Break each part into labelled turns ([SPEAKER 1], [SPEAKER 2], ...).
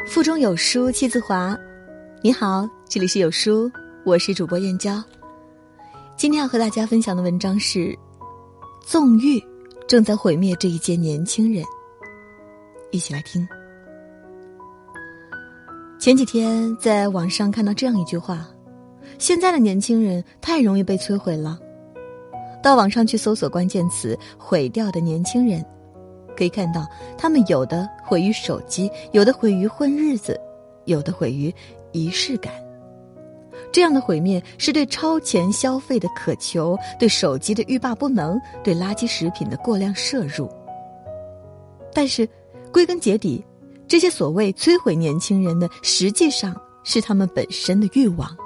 [SPEAKER 1] 腹中有书气自华。你好，这里是有书，我是主播燕娇。今天要和大家分享的文章是纵欲正在毁灭这一届年轻人，一起来听。前几天在网上看到这样一句话，现在的年轻人太容易被摧毁了。到网上去搜索关键词毁掉的年轻人，可以看到他们有的毁于手机，有的毁于混日子，有的毁于仪式感。这样的毁灭是对超前消费的渴求，对手机的欲罢不能，对垃圾食品的过量摄入。但是归根结底，这些所谓摧毁年轻人的，实际上是他们本身的欲望。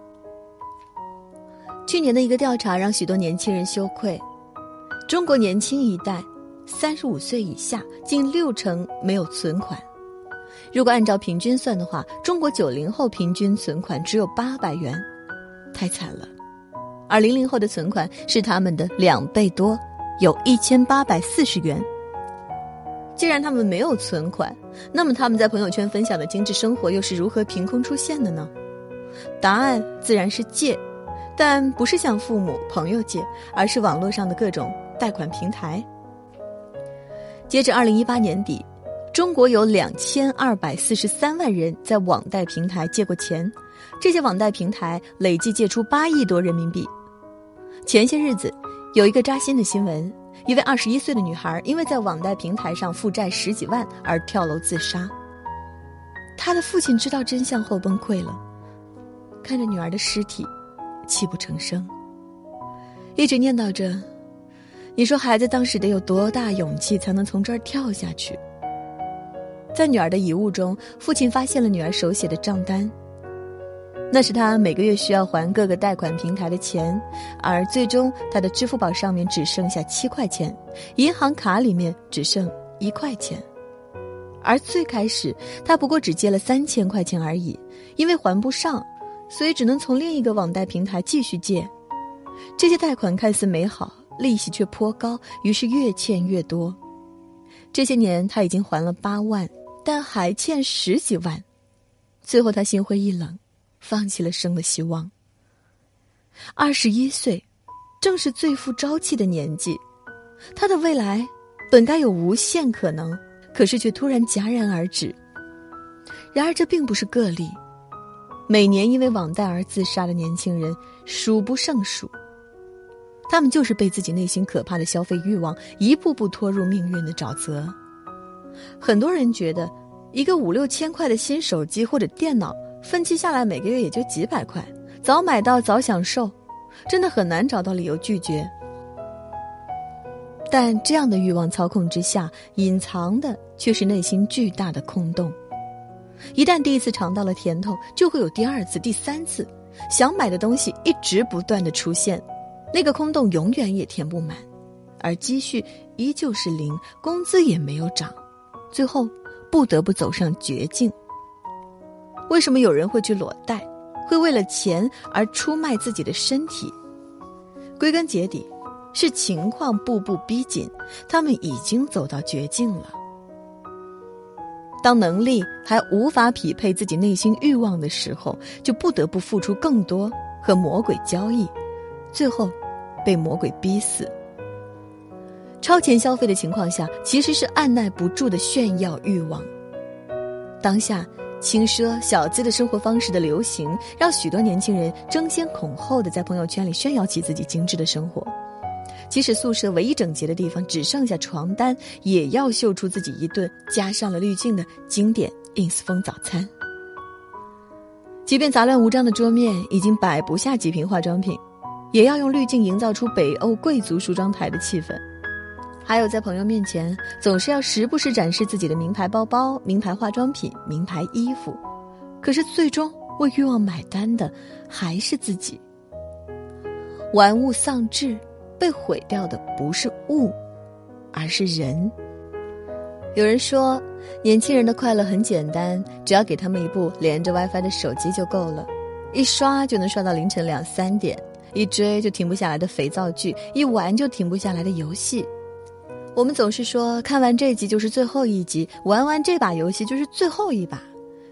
[SPEAKER 1] 去年的一个调查让许多年轻人羞愧，中国年轻一代35岁以下近60%没有存款。如果按照平均算的话，中国90后平均存款只有800元，太惨了。而00后的存款是他们的2倍多，有1840元。既然他们没有存款，那么他们在朋友圈分享的精致生活又是如何凭空出现的呢？答案自然是借，但不是向父母朋友借，而是网络上的各种贷款平台。截至2018年底，中国有2243万人在网贷平台借过钱，这些网贷平台累计借出8亿多人民币。前些日子有一个扎心的新闻，一位21岁的女孩因为在网贷平台上负债10几万而跳楼自杀。她的父亲知道真相后崩溃了，看着女儿的尸体泣不成声，一直念叨着，你说孩子当时得有多大勇气才能从这儿跳下去。在女儿的遗物中，父亲发现了女儿手写的账单，那是他每个月需要还各个贷款平台的钱，而最终他的支付宝上面只剩下7块钱，银行卡里面只剩1块钱。而最开始他不过只借了3000块钱而已，因为还不上，所以只能从另一个网贷平台继续借。这些贷款看似美好，利息却颇高，于是越欠越多。这些年他已经还了8万，但还欠10几万。最后他心灰意冷，放弃了生的希望。21岁正是最富朝气的年纪，他的未来本该有无限可能，可是却突然戛然而止。然而这并不是个例，每年因为网贷而自杀的年轻人数不胜数。他们就是被自己内心可怕的消费欲望一步步拖入命运的沼泽。很多人觉得一个5、6千块的新手机或者电脑分期下来每个月也就几百块，早买到早享受，真的很难找到理由拒绝。但这样的欲望操控之下，隐藏的却是内心巨大的空洞。一旦第一次尝到了甜头，就会有第二次、第三次，想买的东西一直不断的出现，那个空洞永远也填不满，而积蓄依旧是0，工资也没有涨，最后不得不走上绝境。为什么有人会去裸贷，会为了钱而出卖自己的身体？归根结底是情况步步逼紧，他们已经走到绝境了。当能力还无法匹配自己内心欲望的时候，就不得不付出更多，和魔鬼交易，最后被魔鬼逼死。超前消费的情况下，其实是按耐不住的炫耀欲望。当下轻奢小资的生活方式的流行，让许多年轻人争先恐后地在朋友圈里炫耀起自己精致的生活。即使宿舍唯一整洁的地方只剩下床单，也要秀出自己一顿加上了滤镜的经典 ins 风早餐。即便杂乱无章的桌面已经摆不下几瓶化妆品，也要用滤镜营造出北欧贵族梳妆台的气氛。还有在朋友面前总是要时不时展示自己的名牌包包、名牌化妆品、名牌衣服，可是最终为欲望买单的还是自己。玩物丧志，被毁掉的不是物，而是人。有人说，年轻人的快乐很简单，只要给他们一部连着 WiFi 的手机就够了，一刷就能刷到凌晨2、3点，一追就停不下来的肥皂剧，一玩就停不下来的游戏。我们总是说看完这集就是最后一集，玩完这把游戏就是最后一把，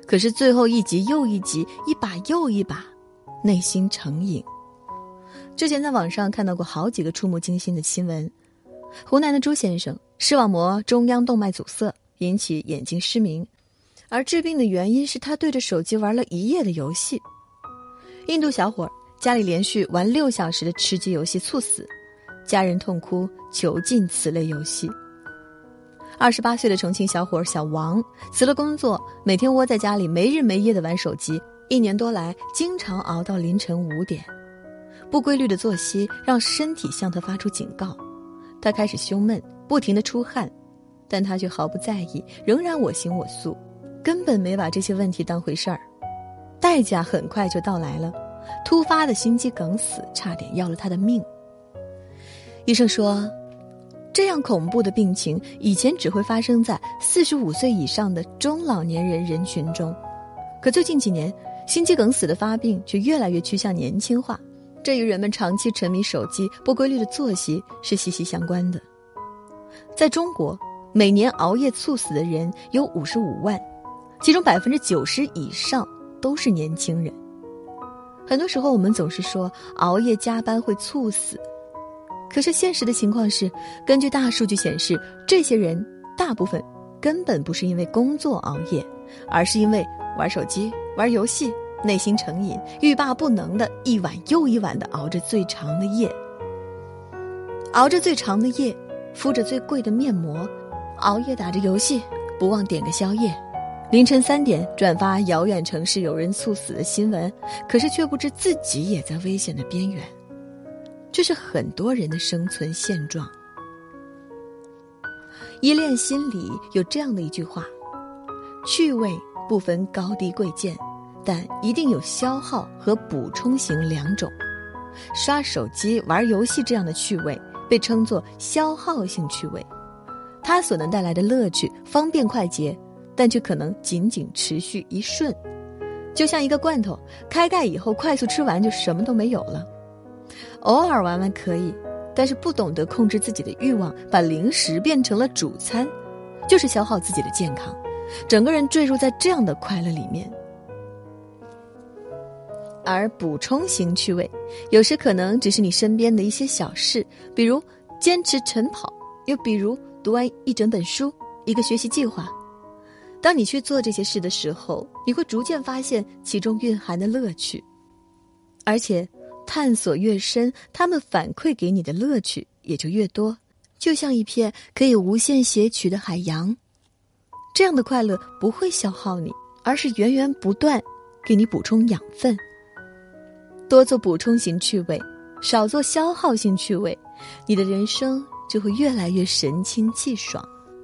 [SPEAKER 1] 可是最后一集又一集，一把又一把，内心成瘾。之前在网上看到过好几个触目惊心的新闻。湖南的朱先生视网膜中央动脉阻塞，引起眼睛失明，而治病的原因是他对着手机玩了一夜的游戏。印度小伙家里连续玩6小时的吃鸡游戏猝死，家人痛哭囚禁此类游戏。28岁的重庆小伙小王辞了工作，每天窝在家里没日没夜地玩手机，1年多来经常熬到凌晨5点。不规律的作息让身体向他发出警告，他开始胸闷，不停地出汗，但他却毫不在意，仍然我行我素，根本没把这些问题当回事儿。代价很快就到来了，突发的心肌梗死差点要了他的命。医生说，这样恐怖的病情以前只会发生在45岁以上的中老年人群中，可最近几年心肌梗死的发病却越来越趋向年轻化，这与人们长期沉迷手机、不规律的作息是息息相关的。在中国，每年熬夜猝死的人有55万，其中90%以上都是年轻人。很多时候我们总是说熬夜加班会猝死，可是现实的情况是，根据大数据显示，这些人大部分根本不是因为工作熬夜，而是因为玩手机、玩游戏，内心成瘾，欲罢不能的一晚又一晚的熬着最长的夜。熬着最长的夜，敷着最贵的面膜，熬夜打着游戏，不忘点个宵夜，凌晨3点转发遥远城市有人猝死的新闻，可是却不知自己也在危险的边缘。这是很多人的生存现状。依恋心理有这样的一句话，趣味不分高低贵贱，但一定有消耗和补充型2种。刷手机、玩游戏这样的趣味被称作消耗性趣味，它所能带来的乐趣方便快捷，但却可能仅仅持续一瞬。就像一个罐头，开盖以后快速吃完就什么都没有了。偶尔玩玩可以，但是不懂得控制自己的欲望，把零食变成了主餐，就是消耗自己的健康，整个人坠入在这样的快乐里面。而补充型趣味有时可能只是你身边的一些小事，比如坚持晨跑，又比如读完一整本书，一个学习计划。当你去做这些事的时候，你会逐渐发现其中蕴含的乐趣，而且探索越深，他们反馈给你的乐趣也就越多，就像一片可以无限撷取的海洋。这样的快乐不会消耗你，而是源源不断给你补充养分。多做补充型趣味，少做消耗性趣味，你的人生就会越来越神清气爽。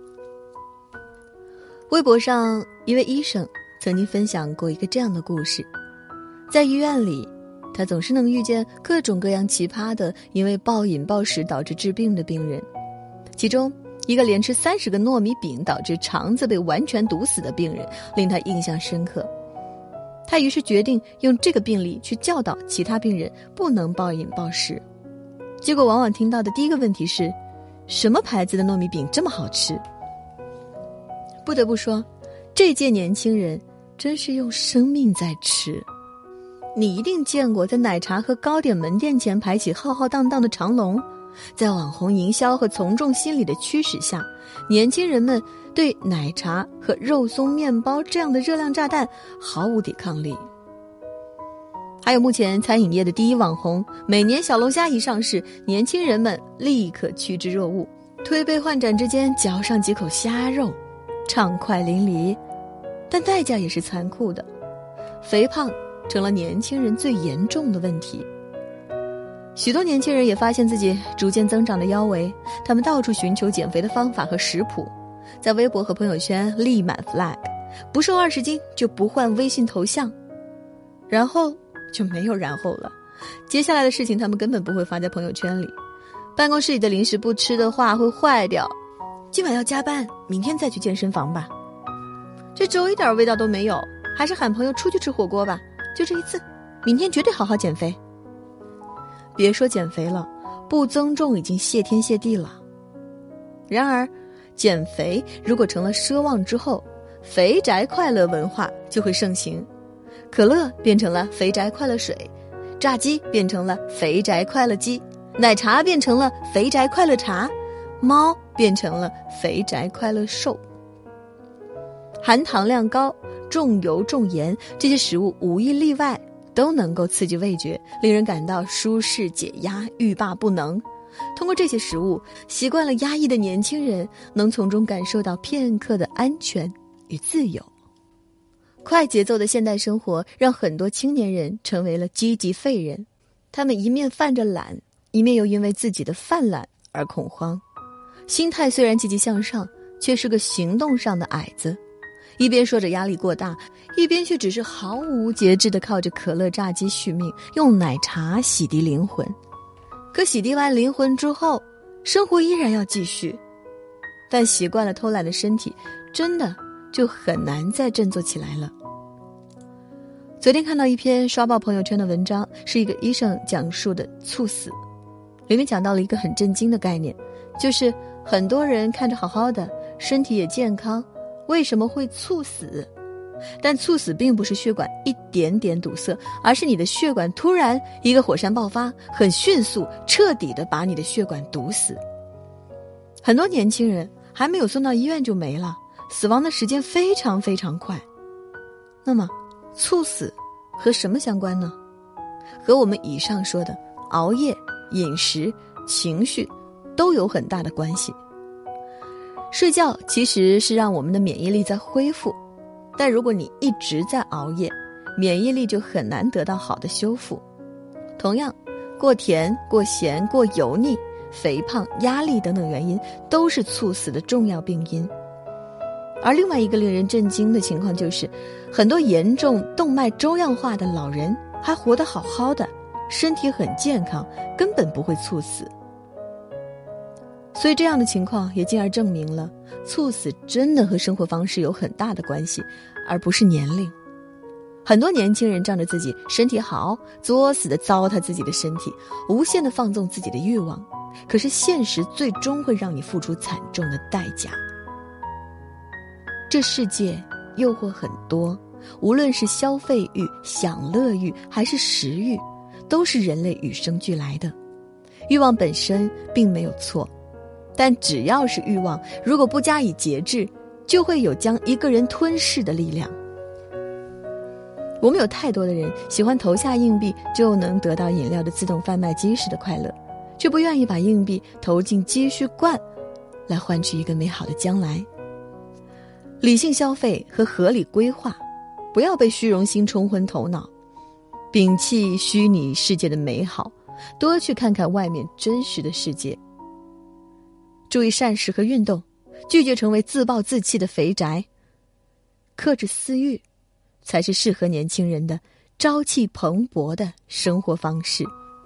[SPEAKER 1] 微博上一位医生曾经分享过一个这样的故事，在医院里，他总是能遇见各种各样奇葩的因为暴饮暴食导致治病的病人。其中一个连吃30个糯米饼导致肠子被完全堵死的病人令他印象深刻。他于是决定用这个病例去教导其他病人不能暴饮暴食。结果往往听到的第一个问题是，什么牌子的糯米饼这么好吃？不得不说，这届年轻人真是用生命在吃。你一定见过在奶茶和糕点门店前排起浩浩荡荡的长龙，在网红营销和从众心理的驱使下，年轻人们对奶茶和肉松面包这样的热量炸弹毫无抵抗力。还有目前餐饮业的第一网红，每年小龙虾一上市，年轻人们立刻趋之若鹜，推杯换盏之间嚼上几口虾肉，畅快淋漓。但代价也是残酷的，肥胖成了年轻人最严重的问题。许多年轻人也发现自己逐渐增长的腰围，他们到处寻求减肥的方法和食谱，在微博和朋友圈立满 flag， 不瘦20斤就不换微信头像，然后就没有然后了。接下来的事情他们根本不会发在朋友圈里。办公室里的零食不吃的话会坏掉，今晚要加班，明天再去健身房吧。这粥一点味道都没有，还是喊朋友出去吃火锅吧，就这一次，明天绝对好好减肥。别说减肥了，不增重已经谢天谢地了。然而减肥如果成了奢望之后， 肥宅快乐文化就会盛行，可乐变成了肥宅快乐水，炸鸡变成了肥宅快乐鸡，奶茶变成了肥宅快乐茶，猫变成了肥宅快乐兽。含糖量高、重油重盐，这些食物无一例外都能够刺激味觉，令人感到舒适解压、欲罢不能。通过这些食物，习惯了压抑的年轻人能从中感受到片刻的安全与自由。快节奏的现代生活让很多青年人成为了积极废人，他们一面犯着懒，一面又因为自己的犯懒而恐慌，心态虽然积极向上，却是个行动上的矮子，一边说着压力过大，一边却只是毫无节制地靠着可乐炸鸡续命，用奶茶洗涤灵魂。可洗涤完灵魂之后，生活依然要继续，但习惯了偷懒的身体真的就很难再振作起来了。昨天看到一篇刷爆朋友圈的文章，是一个医生讲述的猝死，里面讲到了一个很震惊的概念，就是很多人看着好好的，身体也健康，为什么会猝死？但猝死并不是血管一点点堵塞，而是你的血管突然一个火山爆发，很迅速彻底的把你的血管堵死。很多年轻人还没有送到医院就没了，死亡的时间非常非常快。那么猝死和什么相关呢？和我们以上说的熬夜、饮食、情绪都有很大的关系。睡觉其实是让我们的免疫力在恢复，但如果你一直在熬夜，免疫力就很难得到好的修复。同样，过甜、过咸、过油腻、肥胖、压力等等原因都是猝死的重要病因。而另外一个令人震惊的情况就是，很多严重动脉粥样化的老人还活得好好的，身体很健康，根本不会猝死。所以这样的情况也进而证明了，猝死真的和生活方式有很大的关系，而不是年龄。很多年轻人仗着自己身体好，作死地糟蹋自己的身体，无限地放纵自己的欲望，可是现实最终会让你付出惨重的代价。这世界诱惑很多，无论是消费欲、享乐欲还是食欲，都是人类与生俱来的。欲望本身并没有错，但只要是欲望，如果不加以节制，就会有将一个人吞噬的力量。我们有太多的人喜欢投下硬币就能得到饮料的自动贩卖机时的快乐，却不愿意把硬币投进积蓄罐，来换取一个美好的将来。理性消费和合理规划，不要被虚荣心冲昏头脑，摒弃虚拟世界的美好，多去看看外面真实的世界。注意膳食和运动，拒绝成为自暴自弃的肥宅，克制私欲，才是适合年轻人的朝气蓬勃的生活方式。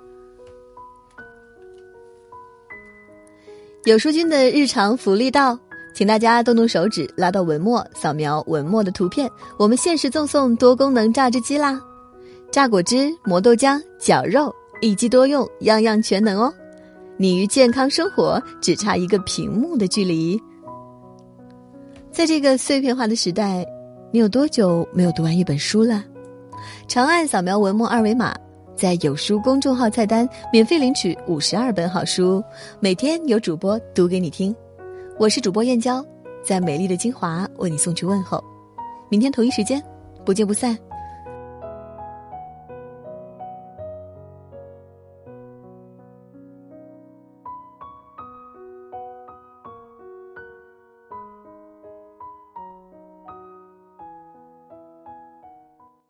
[SPEAKER 1] 有书君的日常福利到，请大家动动手指拉到文末，扫描文末的图片，我们限时赠送多功能榨汁机啦！榨果汁、磨豆浆、绞肉，一机多用，样样全能哦！你与健康生活只差一个屏幕的距离。在这个碎片化的时代，你有多久没有读完一本书了？长按扫描文末二维码，在有书公众号菜单免费领取52本好书，每天有主播读给你听。我是主播燕娇，在美丽的金华为你送去问候。明天同一时间不见不散。